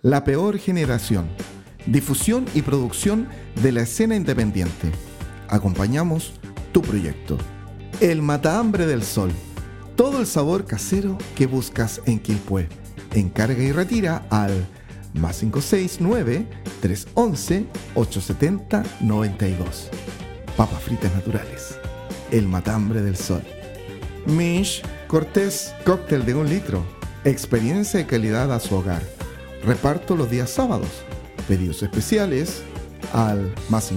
La Peor Generación. Difusión y producción de la escena independiente. Acompañamos tu proyecto. El Matahambre del Sol. Todo el sabor casero que buscas en Quilpué. Encarga y retira al +569-311-870-92. Papas fritas naturales. El Matahambre del Sol. Mish Cortés, cóctel de 1 litro. Experiencia y calidad a su hogar. Reparto los días sábados. Pedidos especiales al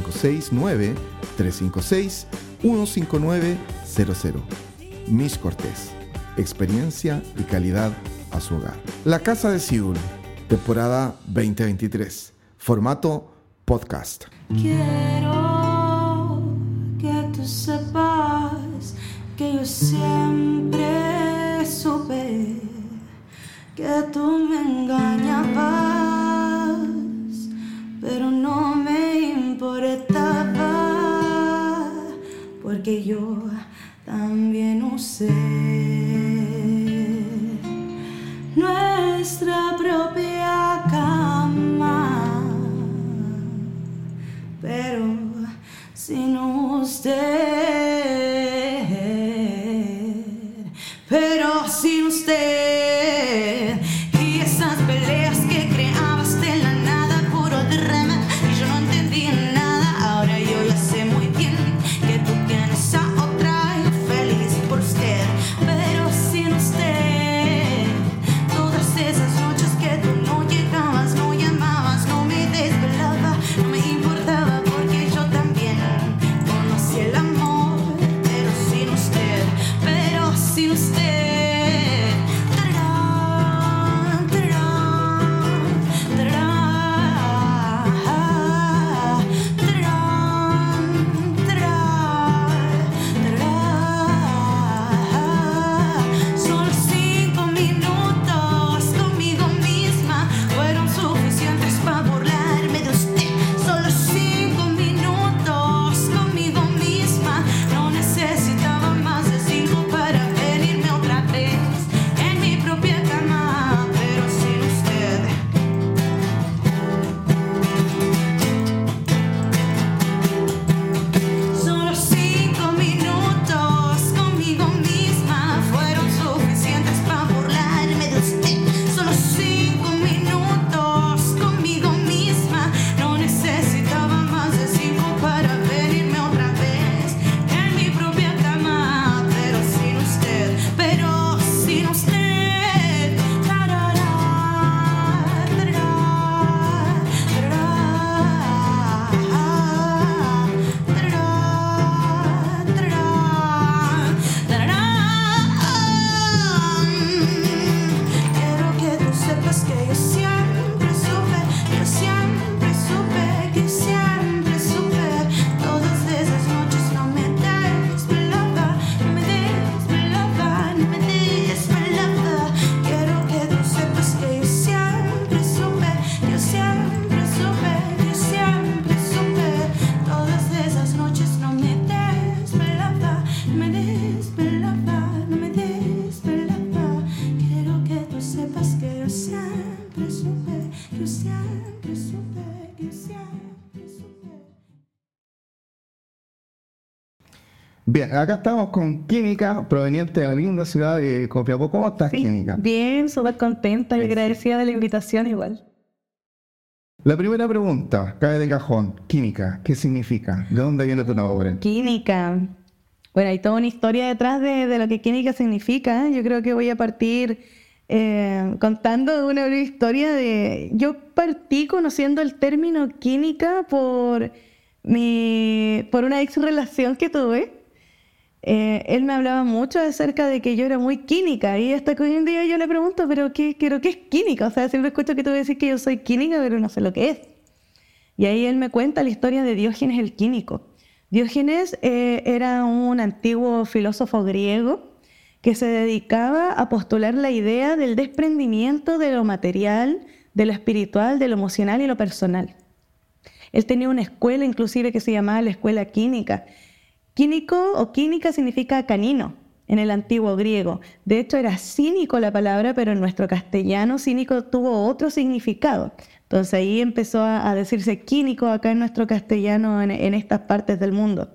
+569-356-15900. Mish Cortés. Experiencia y calidad a su hogar. La Casa de Siúl. Temporada 2023. Formato podcast. Quiero que tú sepas que yo siempre supe que tú me engañabas, pero no me importaba, porque yo también usé nuestra propia cama, pero sin usted, y esas peleas que creabas de la nada, puro drama, y yo no entendía nada. Ahora yo ya sé muy bien que tú tienes a otra y feliz por usted, pero sin usted, todas esas noches que tú no llegabas, no llamabas, no me desvelaba, no me importaba, porque yo también conocí el amor, pero sin usted, solo 5 minutos conmigo misma fueron suficientes para burlarme de usted. Solo 5 minutos conmigo misma, no necesitaba más de 5 para venirme otra vez en mi propia cama, pero sin usted. Solo 5 minutos conmigo misma fueron suficientes para burlarme de usted. Solo 5 minutos conmigo misma, no necesitaba más de 5 para venirme otra vez en mi propia cama, pero sin usted, pero sin usted. Tarará, tarará, quiero que tú sepas que yo siempre supe todas esas noches no me desvelaba. Quiero que tú sepas que yo siempre supe todas esas noches no me desvelaba. Quiero que tú sepas que yo siempre supe. Bien, acá estamos con Química, proveniente de la linda ciudad de Copiapó. ¿Cómo estás, Química? Bien, súper contenta y agradecida de la invitación igual. La primera pregunta, cae de cajón. Química, ¿qué significa? ¿De dónde viene tu nombre? Química. Bueno, hay toda una historia detrás de lo que química significa. Yo creo que voy a partir contando una breve historia de... Yo partí conociendo el término química por una ex relación que tuve. Él me hablaba mucho acerca de que yo era muy química, y hasta que hoy en día yo le pregunto, ¿pero qué es química? O sea, siempre escucho que tú decís que yo soy química, pero no sé lo que es. Y ahí él me cuenta la historia de Diógenes el químico. Diógenes era un antiguo filósofo griego que se dedicaba a postular la idea del desprendimiento de lo material, de lo espiritual, de lo emocional y lo personal. Él tenía una escuela inclusive que se llamaba la escuela química. Químico o química significa canino. en el antiguo griego. De hecho, era cínico la palabra, pero en nuestro castellano cínico tuvo otro significado. Entonces ahí empezó a decirse quínico acá en nuestro castellano en estas partes del mundo.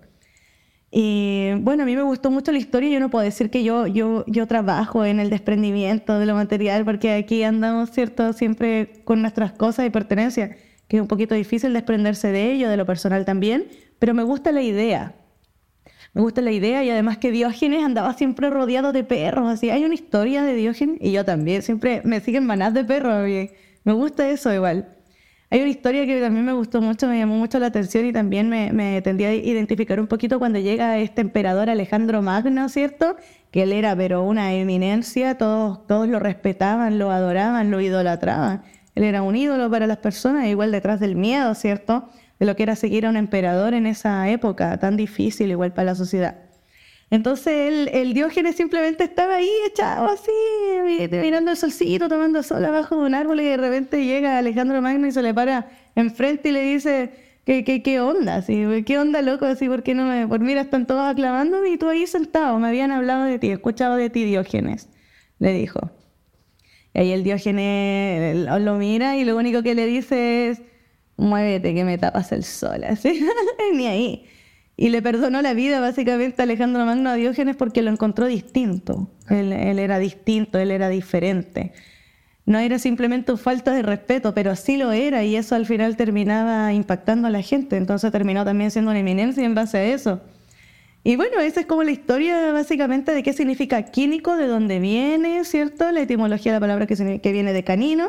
Y bueno, a mí me gustó mucho la historia. Yo no puedo decir que yo trabajo en el desprendimiento de lo material, porque aquí andamos, ¿cierto?, siempre con nuestras cosas y pertenencias, que es un poquito difícil desprenderse de ello, de lo personal también, pero me gusta la idea. Me gusta la idea, y además que Diógenes andaba siempre rodeado de perros. Así, hay una historia de Diógenes, y yo también, siempre me siguen manás de perros. Me gusta eso igual. Hay una historia que también me gustó mucho, me llamó mucho la atención, y también me tendía a identificar un poquito cuando llega este emperador Alejandro Magno, ¿cierto? Que él era pero una eminencia, todos lo respetaban, lo adoraban, lo idolatraban. Él era un ídolo para las personas, igual detrás del miedo, ¿cierto?, de lo que era seguir a un emperador en esa época tan difícil igual para la sociedad. Entonces el Diógenes simplemente estaba ahí echado así, mirando el solcito, tomando sol abajo de un árbol, y de repente llega Alejandro Magno y se le para enfrente y le dice, ¿qué onda? Así, ¿qué onda, loco? Así, ¿por qué no me...? Por mira, están todos aclamándome y tú ahí sentado, me habían hablado de ti, escuchado de ti, Diógenes, le dijo. Y ahí el Diógenes lo mira y lo único que le dice es, muévete que me tapas el sol, así, ni ahí. Y le perdonó la vida básicamente a Alejandro Magno a Diógenes porque lo encontró distinto. Él era distinto, él era diferente. No era simplemente una falta de respeto, pero sí lo era, y eso al final terminaba impactando a la gente. Entonces terminó también siendo una eminencia en base a eso. Y bueno, esa es como la historia básicamente de qué significa quínico, de dónde viene, ¿cierto? La etimología de la palabra que viene de canino.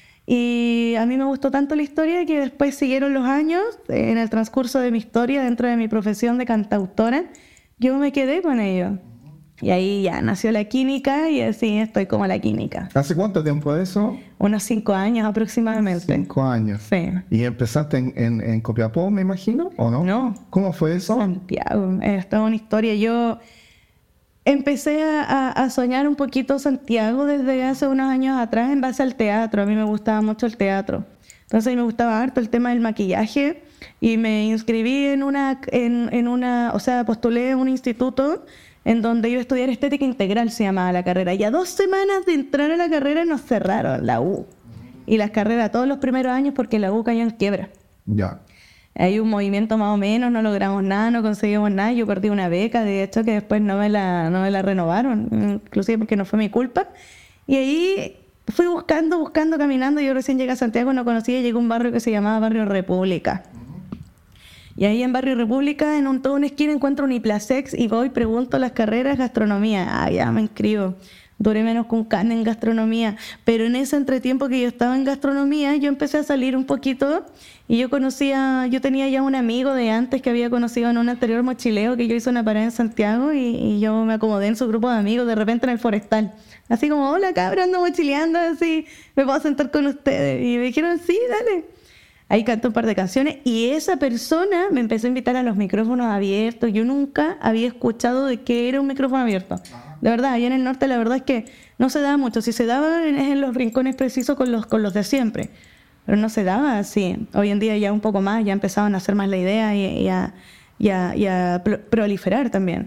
Y a mí me gustó tanto la historia que después siguieron los años, en el transcurso de mi historia, dentro de mi profesión de cantautora, yo me quedé con ello. Y ahí ya nació la química, y así estoy como la química. ¿Hace cuánto tiempo de eso? Unos 5 años aproximadamente. 5 años. Sí. ¿Y empezaste en Copiapó, me imagino, o no? No. ¿Cómo fue eso? Santiago, esta es una historia. Yo empecé a soñar un poquito Santiago desde hace unos años atrás en base al teatro. A mí me gustaba mucho el teatro. Entonces me gustaba harto el tema del maquillaje, y me inscribí o sea, postulé en un instituto en donde iba a estudiar estética integral, se llamaba la carrera. Y a 2 semanas de entrar a la carrera nos cerraron la U. Y las carreras todos los primeros años porque la U cayó en quiebra. Ya. Hay un movimiento más o menos, no logramos nada, no conseguimos nada. Yo perdí una beca, de hecho, que después no me la renovaron, inclusive porque no fue mi culpa. Y ahí fui buscando, caminando. Yo recién llegué a Santiago, no conocía, llegué a un barrio que se llamaba Barrio República. Y ahí en Barrio República, en toda una esquina, encuentro un Iplasex y voy, pregunto las carreras, gastronomía. Ya me inscribo. Duré menos que un can en gastronomía. Pero en ese entretiempo que yo estaba en gastronomía, yo empecé a salir un poquito, y yo tenía ya un amigo de antes que había conocido en un anterior mochileo que yo hice una parada en Santiago, y yo me acomodé en su grupo de amigos de repente en el Forestal. Así como, hola cabra, ando mochileando, así, me puedo sentar con ustedes. Y me dijeron, sí, dale. Ahí canté un par de canciones, y esa persona me empezó a invitar a los micrófonos abiertos. Yo nunca había escuchado de qué era un micrófono abierto. De verdad, allá en el norte la verdad es que no se daba mucho. Si se daba es en los rincones precisos con los de siempre. Pero no se daba así. Hoy en día ya un poco más, ya empezaban a hacer más la idea y a proliferar también.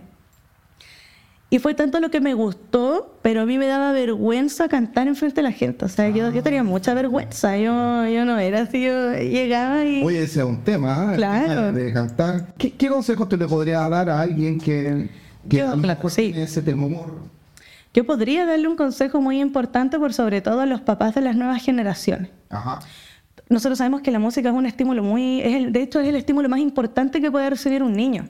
Y fue tanto lo que me gustó, pero a mí me daba vergüenza cantar enfrente de la gente. O sea, yo tenía mucha vergüenza. Yo no era así, yo llegaba y... Oye, ese es un tema, Claro. de cantar. ¿Qué consejos tú le podrías dar a alguien que a lo mejor tiene ese temor? Yo podría darle un consejo muy importante, por sobre todo a los papás de las nuevas generaciones. Ajá. Nosotros sabemos que la música es un estímulo de hecho es el estímulo más importante que puede recibir un niño.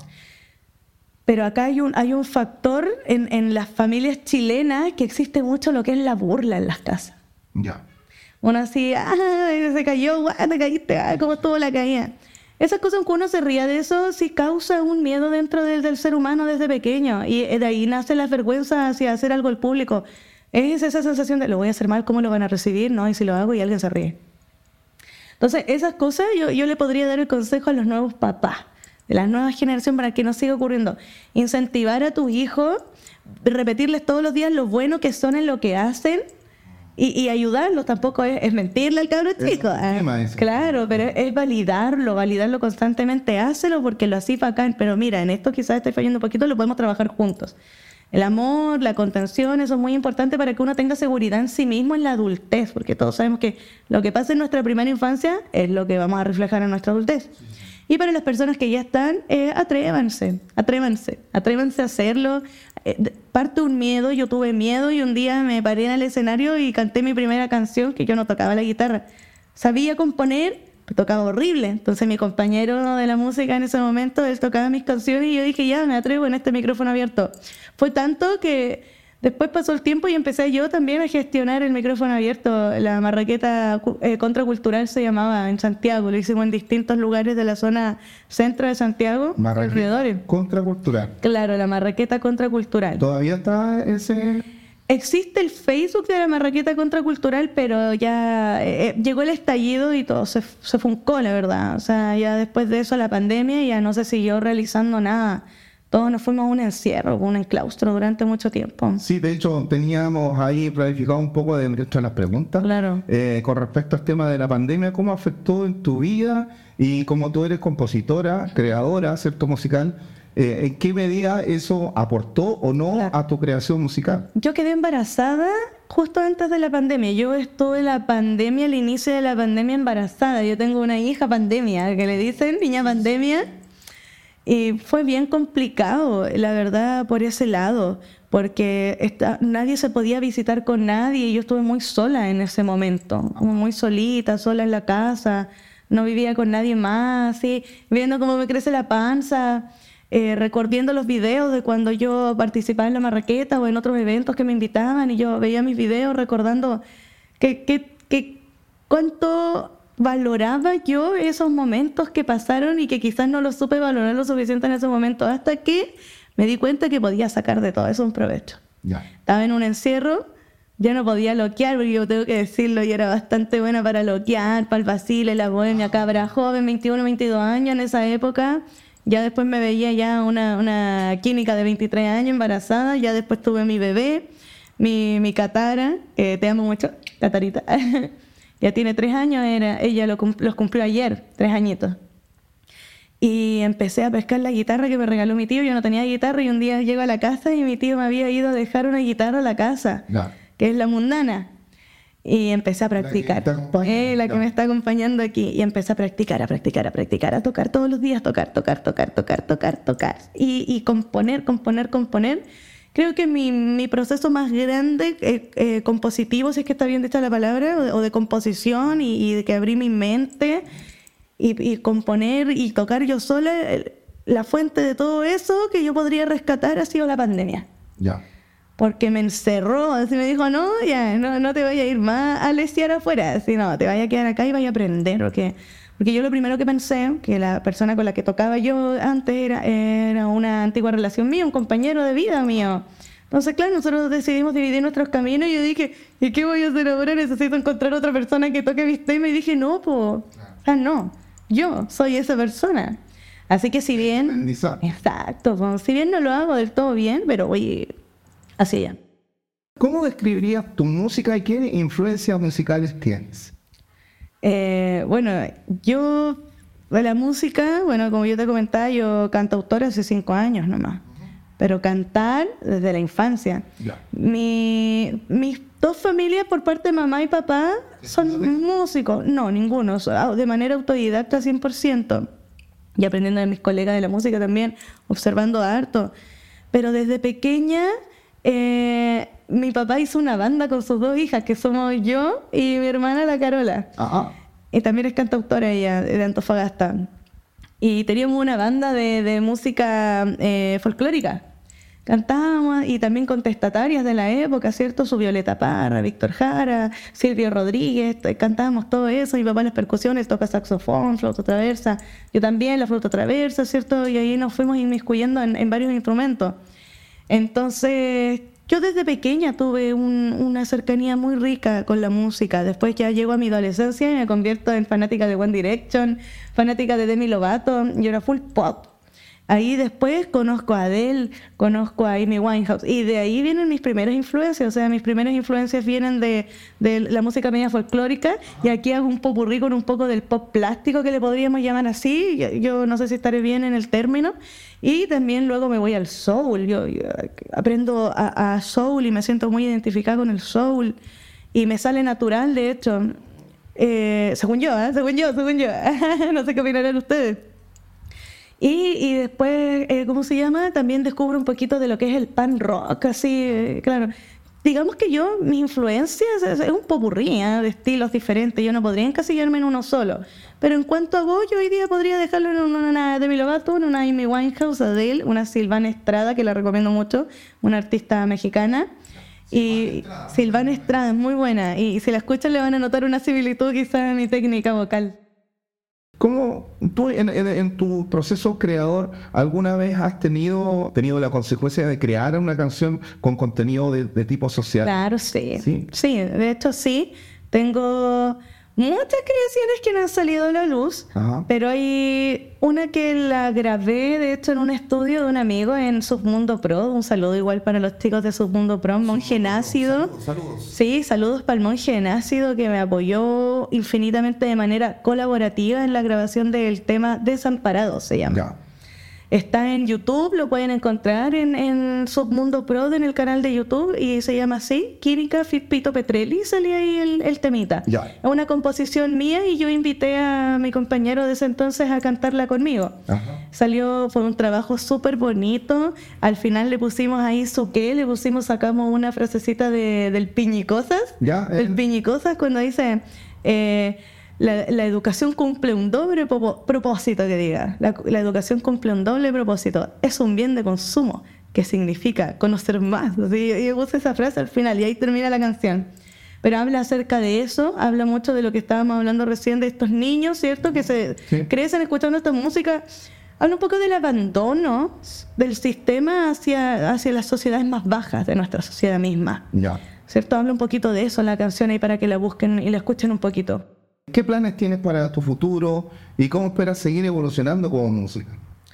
Pero acá hay un factor en las familias chilenas, que existe mucho lo que es la burla en las casas. Ya. Uno así, se cayó, te caíste, cómo estuvo la caída. Esas cosas, aunque uno se ría de eso, sí causa un miedo dentro del ser humano desde pequeño. Y de ahí nace la vergüenza hacia hacer algo al público. Es esa sensación de, lo voy a hacer mal, ¿cómo lo van a recibir? No, y si lo hago y alguien se ríe. Entonces, esas cosas yo le podría dar el consejo a los nuevos papás, de la nueva generación, para que no siga ocurriendo. Incentivar a tus hijos, repetirles todos los días lo bueno que son en lo que hacen, y ayudarlos. Tampoco es mentirle al cabro chico. Claro, pero es validarlo constantemente. Hácelo porque lo hacís bacán, pero mira, en esto quizás esté fallando un poquito, lo podemos trabajar juntos. El amor, la contención, eso es muy importante para que uno tenga seguridad en sí mismo en la adultez, porque todos sabemos que lo que pasa en nuestra primera infancia es lo que vamos a reflejar en nuestra adultez. Y para las personas que ya están, atrévanse a hacerlo. Parte un miedo, yo tuve miedo y un día me paré en el escenario y canté mi primera canción, que yo no tocaba la guitarra. Sabía componer, pero tocaba horrible. Entonces mi compañero de la música en ese momento, él tocaba mis canciones y yo dije, ya, me atrevo en este micrófono abierto. Fue tanto que después pasó el tiempo y empecé yo también a gestionar el micrófono abierto. La marraqueta contracultural se llamaba en Santiago. Lo hicimos en distintos lugares de la zona centro de Santiago, alrededores. Contracultural. Claro, la marraqueta contracultural. ¿Todavía está ese...? Existe el Facebook de la marraqueta contracultural, pero ya llegó el estallido y todo se funcó, la verdad. O sea, ya después de eso la pandemia ya no se siguió realizando nada. Todos nos fuimos a un encierro, un enclaustro durante mucho tiempo. Sí, de hecho teníamos ahí planificado un poco de las preguntas. Claro. Con respecto al tema de la pandemia, ¿cómo afectó en tu vida? Y como tú eres compositora, creadora, ¿cierto? Musical, ¿en qué medida eso aportó o no a tu creación musical? Yo quedé embarazada justo antes de la pandemia. Yo estuve en la pandemia, al inicio de la pandemia embarazada. Yo tengo una hija pandemia, que le dicen niña pandemia. Y fue bien complicado, la verdad, por ese lado, porque nadie se podía visitar con nadie y yo estuve muy sola en ese momento, como muy solita, sola en la casa, no vivía con nadie más, ¿sí? Viendo cómo me crece la panza, recordando los videos de cuando yo participaba en la marraqueta o en otros eventos que me invitaban y yo veía mis videos recordando cuánto valoraba yo esos momentos que pasaron y que quizás no los supe valorar lo suficiente en ese momento, hasta que me di cuenta que podía sacar de todo eso un provecho. Ya. Estaba en un encierro, ya no podía loquear, porque yo tengo que decirlo, yo era bastante buena para loquear, para el vacile, la bohemia, cabra joven, 21, 22 años en esa época. Ya después me veía ya una química de 23 años embarazada, ya después tuve mi bebé, mi Catara, te amo mucho, Catarita. Ya tiene 3 años, ella los cumplió ayer, 3 añitos. Y empecé a pescar la guitarra que me regaló mi tío. Yo no tenía guitarra y un día llego a la casa y mi tío me había ido a dejar una guitarra a la casa, que es la mundana. Y empecé a practicar. La que me está acompañando aquí. Y empecé a practicar, a tocar todos los días, tocar. Y componer. Creo que mi proceso más grande, compositivo, si es que está bien dicha la palabra, o de composición y de que abrí mi mente y componer y tocar yo sola, la fuente de todo eso que yo podría rescatar ha sido la pandemia. Ya. Porque me encerró, así me dijo, no te vayas a ir más a lesear afuera, así no, te vayas a quedar acá y vayas a aprender, porque yo lo primero que pensé, que la persona con la que tocaba yo antes era una antigua relación mía, un compañero de vida mío. Entonces, claro, nosotros decidimos dividir nuestros caminos y yo dije, ¿y qué voy a hacer ahora? Necesito encontrar otra persona que toque mis temas. Y dije, no, no, yo soy esa persona. Así que si bien... Exacto, si bien no lo hago del todo bien, pero voy hacia allá. ¿Cómo describirías tu música y qué influencias musicales tienes? Bueno, yo de la música, como yo te comentaba, yo cantautora hace 5 años nomás, pero cantar desde la infancia. Yeah. Mis 2 familias por parte de mamá y papá son músicos, no, ninguno, de manera autodidacta 100%, y aprendiendo de mis colegas de la música también, observando harto, pero desde pequeña mi papá hizo una banda con sus 2 hijas, que somos yo y mi hermana la Carola. Ajá. Y también es cantautora ella, de Antofagasta. Y teníamos una banda de música folclórica. Cantábamos y también contestatarias de la época, ¿cierto? Su Violeta Parra, Víctor Jara, Silvio Rodríguez, cantábamos todo eso. Mi papá en las percusiones toca saxofón, flauta traversa. Yo también la flauta traversa, ¿cierto? Y ahí nos fuimos inmiscuyendo en varios instrumentos. Entonces, yo desde pequeña tuve una cercanía muy rica con la música. Después ya llego a mi adolescencia y me convierto en fanática de One Direction, fanática de Demi Lovato. Yo era full pop. Ahí después conozco a Adele, conozco a Amy Winehouse, y de ahí vienen mis primeras influencias. O sea, mis primeras influencias vienen de la música media folclórica, y aquí hago un popurrí con un poco del pop plástico, que le podríamos llamar así. Yo no sé si estaré bien en el término. Y también luego me voy al soul. Yo aprendo a soul y me siento muy identificada con el soul, y me sale natural, de hecho. Según yo. No sé qué opinarán ustedes. Y después, ¿cómo se llama? También descubro un poquito de lo que es el punk rock, así, claro. Digamos que mi influencia es un popurrí, de estilos diferentes. Yo no podría encasillarme en uno solo. Pero en cuanto a voz, yo hoy día podría dejarlo en una Demi Lovato, en una Amy Winehouse, Adele, una Silvana Estrada, que la recomiendo mucho, una artista mexicana. Y Silvana Estrada es muy buena. Y si la escuchan le van a notar una similitud quizás en mi técnica vocal. ¿Cómo tú en tu proceso creador alguna vez has tenido la consecuencia de crear una canción con contenido de tipo social? Claro, sí. Sí, de hecho sí. Tengo muchas creaciones que no han salido a la luz, ajá, pero hay una que la grabé, de hecho, en un estudio de un amigo en Submundo Pro. Un saludo igual para los chicos de Submundo Pro, Monje Nácido. Saludos. Sí, saludos para el Monje Nácido, que me apoyó infinitamente de manera colaborativa en la grabación del tema Desamparados, se llama. Ya. Está en YouTube, lo pueden encontrar en Submundo Pro, en el canal de YouTube, y se llama así, Química Fit Pito Petrelli, salía ahí el temita. Ya. Es una composición mía y yo invité a mi compañero de ese entonces a cantarla conmigo. Ajá. Fue un trabajo súper bonito. Al final le pusimos ahí su qué, sacamos una frasecita del Piñicosas. Ya, El Piñicosas, cuando dice... La educación cumple un doble propósito, que diga. La educación cumple un doble propósito. Es un bien de consumo, que significa conocer más. Así, y puse esa frase al final y ahí termina la canción. Pero habla acerca de eso, habla mucho de lo que estábamos hablando recién, de estos niños, ¿cierto? Que crecen escuchando esta música. Habla un poco del abandono del sistema hacia las sociedades más bajas de nuestra sociedad misma. Ya. ¿Cierto? Habla un poquito de eso en la canción ahí para que la busquen y la escuchen un poquito. ¿Qué planes tienes para tu futuro y cómo esperas seguir evolucionando como música?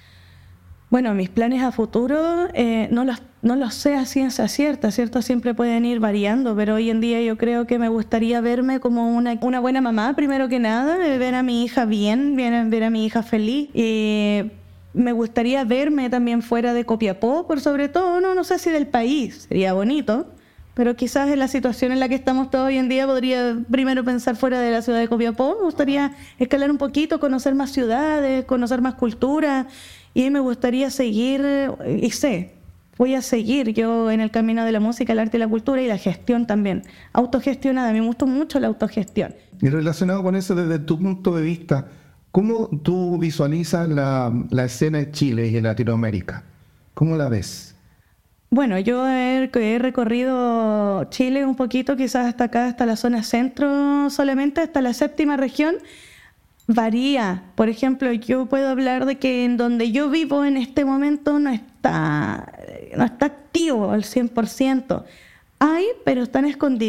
Bueno, mis planes a futuro no los sé a ciencia cierta, ¿cierto? Siempre pueden ir variando, pero hoy en día yo creo que me gustaría verme como una buena mamá, primero que nada, ver a mi hija bien, ver a mi hija feliz. Y me gustaría verme también fuera de Copiapó, por sobre todo, no sé si del país, sería bonito. Pero quizás en la situación en la que estamos todos hoy en día podría primero pensar fuera de la ciudad de Copiapó. Me gustaría escalar un poquito, conocer más ciudades, conocer más culturas, y me gustaría seguir, voy a seguir yo en el camino de la música, el arte y la cultura, y la gestión también, autogestionada. Me gusta mucho la autogestión. Y relacionado con eso, desde tu punto de vista, ¿cómo tú visualizas la escena de Chile y en Latinoamérica? ¿Cómo la ves? Bueno, yo he recorrido Chile un poquito, quizás hasta acá, hasta la zona centro solamente, hasta la 7ª región. Varía. Por ejemplo, yo puedo hablar de que en donde yo vivo en este momento no está activo al 100%. Hay, pero están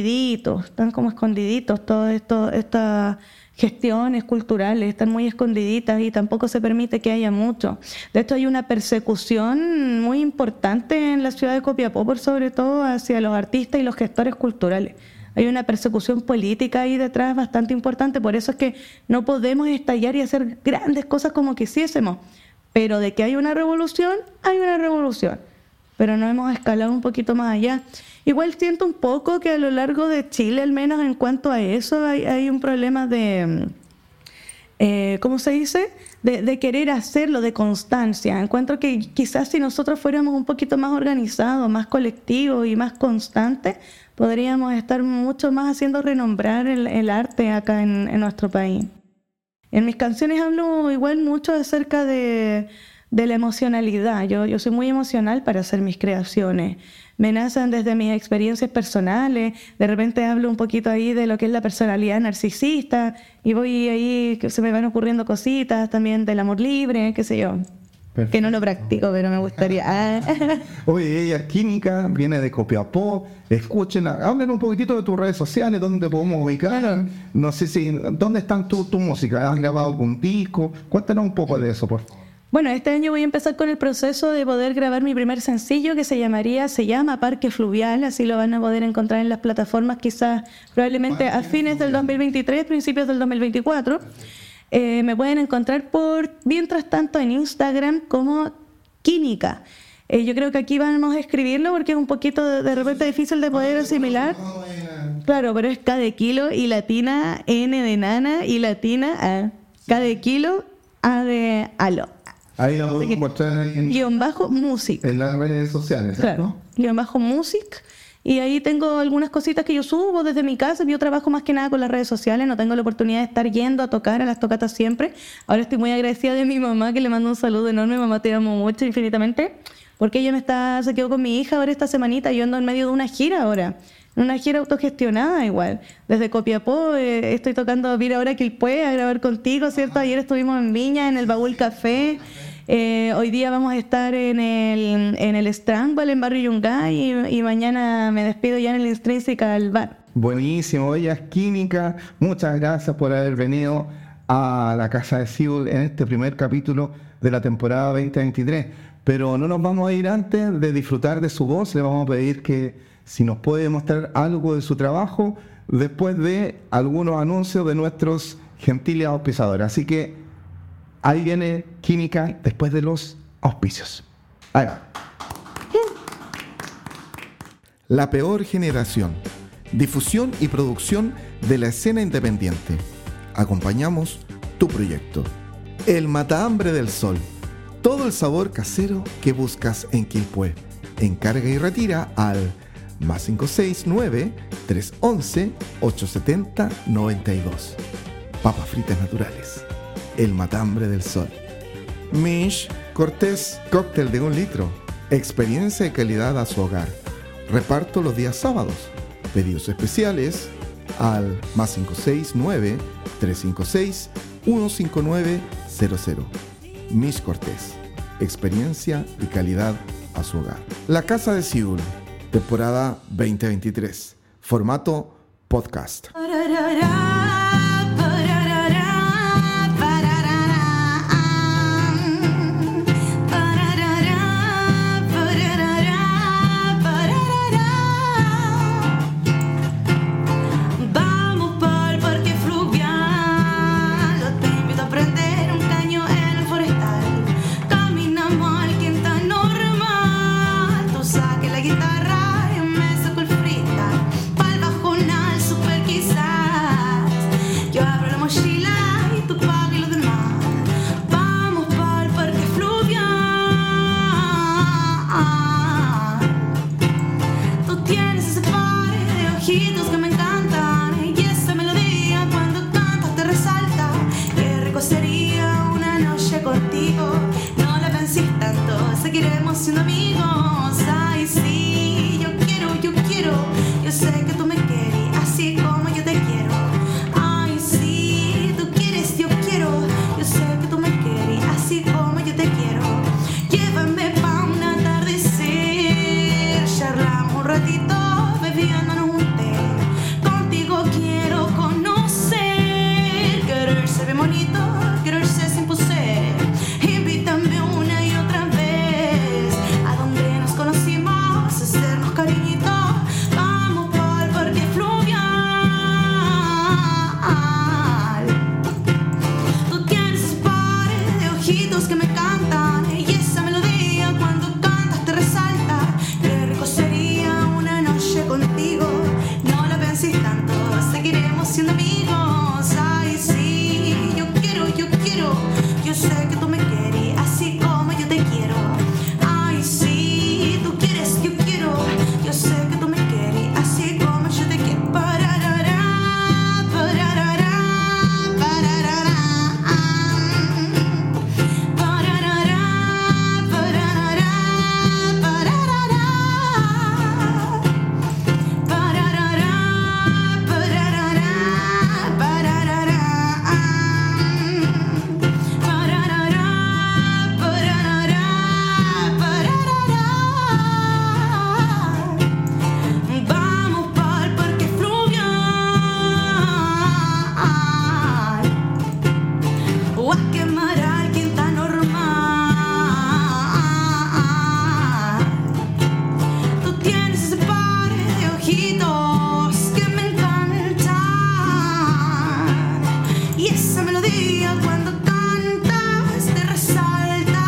como escondiditos todas estas gestiones culturales, están muy escondiditas y tampoco se permite que haya mucho. De hecho, hay una persecución muy importante en la ciudad de Copiapó, por sobre todo hacia los artistas y los gestores culturales. Hay una persecución política ahí detrás bastante importante, por eso es que no podemos estallar y hacer grandes cosas como quisiésemos. Pero de que hay una revolución, pero no hemos escalado un poquito más allá. Igual siento un poco que a lo largo de Chile, al menos en cuanto a eso, hay un problema de, ¿cómo se dice? De querer hacerlo, de constancia. Encuentro que quizás si nosotros fuéramos un poquito más organizados, más colectivos y más constantes, podríamos estar mucho más haciendo renombrar el arte acá en nuestro país. En mis canciones hablo igual mucho acerca de la emocionalidad. Yo soy muy emocional para hacer mis creaciones. Me nacen desde mis experiencias personales. De repente hablo un poquito ahí de lo que es la personalidad narcisista y voy ahí, que se me van ocurriendo cositas también del amor libre, qué sé yo. Perfecto. Que no lo practico, pero me gustaría. Oye, ella es química, viene de Copiapó. Escuchen, hablen un poquitito de tus redes sociales, dónde te podemos ubicar. Claro. No sé si, ¿dónde están tu música? ¿Has grabado algún disco? Cuéntanos un poco de eso, por favor. Bueno, este año voy a empezar con el proceso de poder grabar mi primer sencillo que se llama Parque Fluvial, así lo van a poder encontrar en las plataformas quizás probablemente a fines del 2023, principios del 2024. Me pueden encontrar mientras tanto en Instagram como Quínica. Yo creo que aquí vamos a escribirlo porque es un poquito de repente difícil de poder asimilar. Claro, pero es K de kilo y latina, N de nana y latina A. K de kilo, A de alo. Ahí lo podemos mostrar _music. En las redes sociales, ¿cierto? Claro, _music. Y ahí tengo algunas cositas que yo subo desde mi casa. Yo trabajo más que nada con las redes sociales. No tengo la oportunidad de estar yendo a tocar a las tocatas siempre. Ahora estoy muy agradecida de mi mamá, que le mando un saludo enorme. Mamá, te amo mucho, infinitamente. Porque ella se quedó con mi hija ahora esta semanita. Yo ando en medio de una gira ahora. Una gira autogestionada igual. Desde Copiapó estoy tocando Vir ahora Quilpué a grabar contigo, ¿cierto? Ayer estuvimos en Viña, en el Baúl Café. Hoy día vamos a estar en el Strandball en Barrio Yungay y mañana me despido ya en el Intrinsical Bar. Buenísimo, ella es Quínica. Muchas gracias por haber venido a la Casa de Seúl en este primer capítulo de la temporada 2023. Pero no nos vamos a ir antes de disfrutar de su voz. Le vamos a pedir que si nos puede mostrar algo de su trabajo después de algunos anuncios de nuestros gentiles auspiciadores. Así que ahí viene Quínica después de los auspicios. Ahí va. La peor generación. Difusión y producción de la escena independiente. Acompañamos tu proyecto. El Matahambre del Sol. Todo el sabor casero que buscas en Quilpué. Encarga y retira al +569-311-870-92. Papas fritas naturales. El Matahambre del Sol. Mish Cortés Cóctel de 1 litro. Experiencia y calidad a su hogar. Reparto los días sábados. Pedidos especiales al +569-356-15900. Mish Cortés. Experiencia y calidad a su hogar. La Casa de Seúl. Temporada 2023. Formato podcast. Vamos pa'l parque fluvial, yo te invito a prender un caño en el forestal. Caminamos al quinta normal, tú saques la guitarra y me saco el freestyle. Pa'l bajonal super quizás. Y esa melodía cuando cantas te resalta.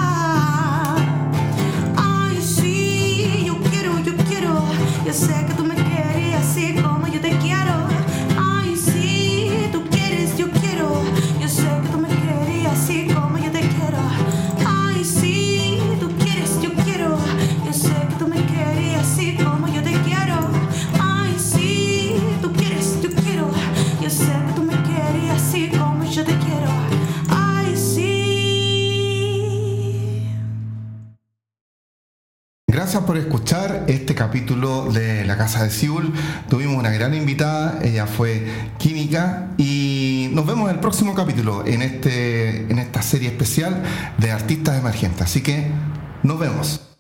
Ay, sí, yo quiero, yo sé que tú me quieres así como yo te quiero. Ay, sí, tú quieres, yo quiero, yo sé que tú me quieres así como yo te quiero. Ay, sí, tú quieres, yo quiero, yo sé que tú me quieres así como yo te quiero. Ay, sí, tú quieres, yo quiero, yo sé que tú me quieres así como yo te quiero. Ay, sí. Gracias por escuchar este capítulo de La Casa de Siul. Tuvimos una gran invitada, ella fue Química, y nos vemos en el próximo capítulo en esta serie especial de artistas emergentes. Así que nos vemos.